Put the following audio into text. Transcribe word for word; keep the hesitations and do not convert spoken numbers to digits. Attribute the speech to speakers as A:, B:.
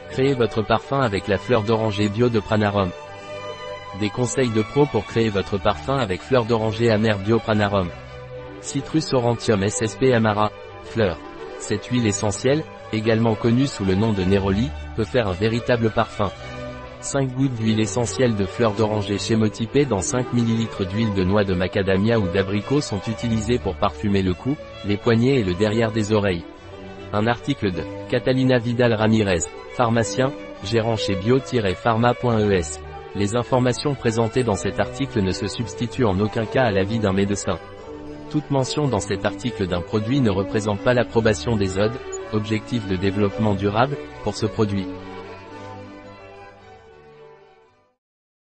A: Créez votre parfum avec la fleur d'oranger bio de Pranarum. Des conseils de pro pour créer votre parfum avec fleur d'oranger amère bio Pranarum. Citrus aurantium S S P Amara. Fleur. Cette huile essentielle, également connue sous le nom de Neroli, peut faire un véritable parfum. cinq gouttes d'huile essentielle de fleur d'oranger schémotypée dans cinq millilitres d'huile de noix de macadamia ou d'abricot sont utilisées pour parfumer le cou, les poignets et le derrière des oreilles. Un article de Catalina Vidal Ramirez, pharmacien, gérant chez bio-pharma point E S. Les informations présentées dans cet article ne se substituent en aucun cas à l'avis d'un médecin. Toute mention dans cet article d'un produit ne représente pas l'approbation des O D E, Objectifs de développement durable, pour ce produit.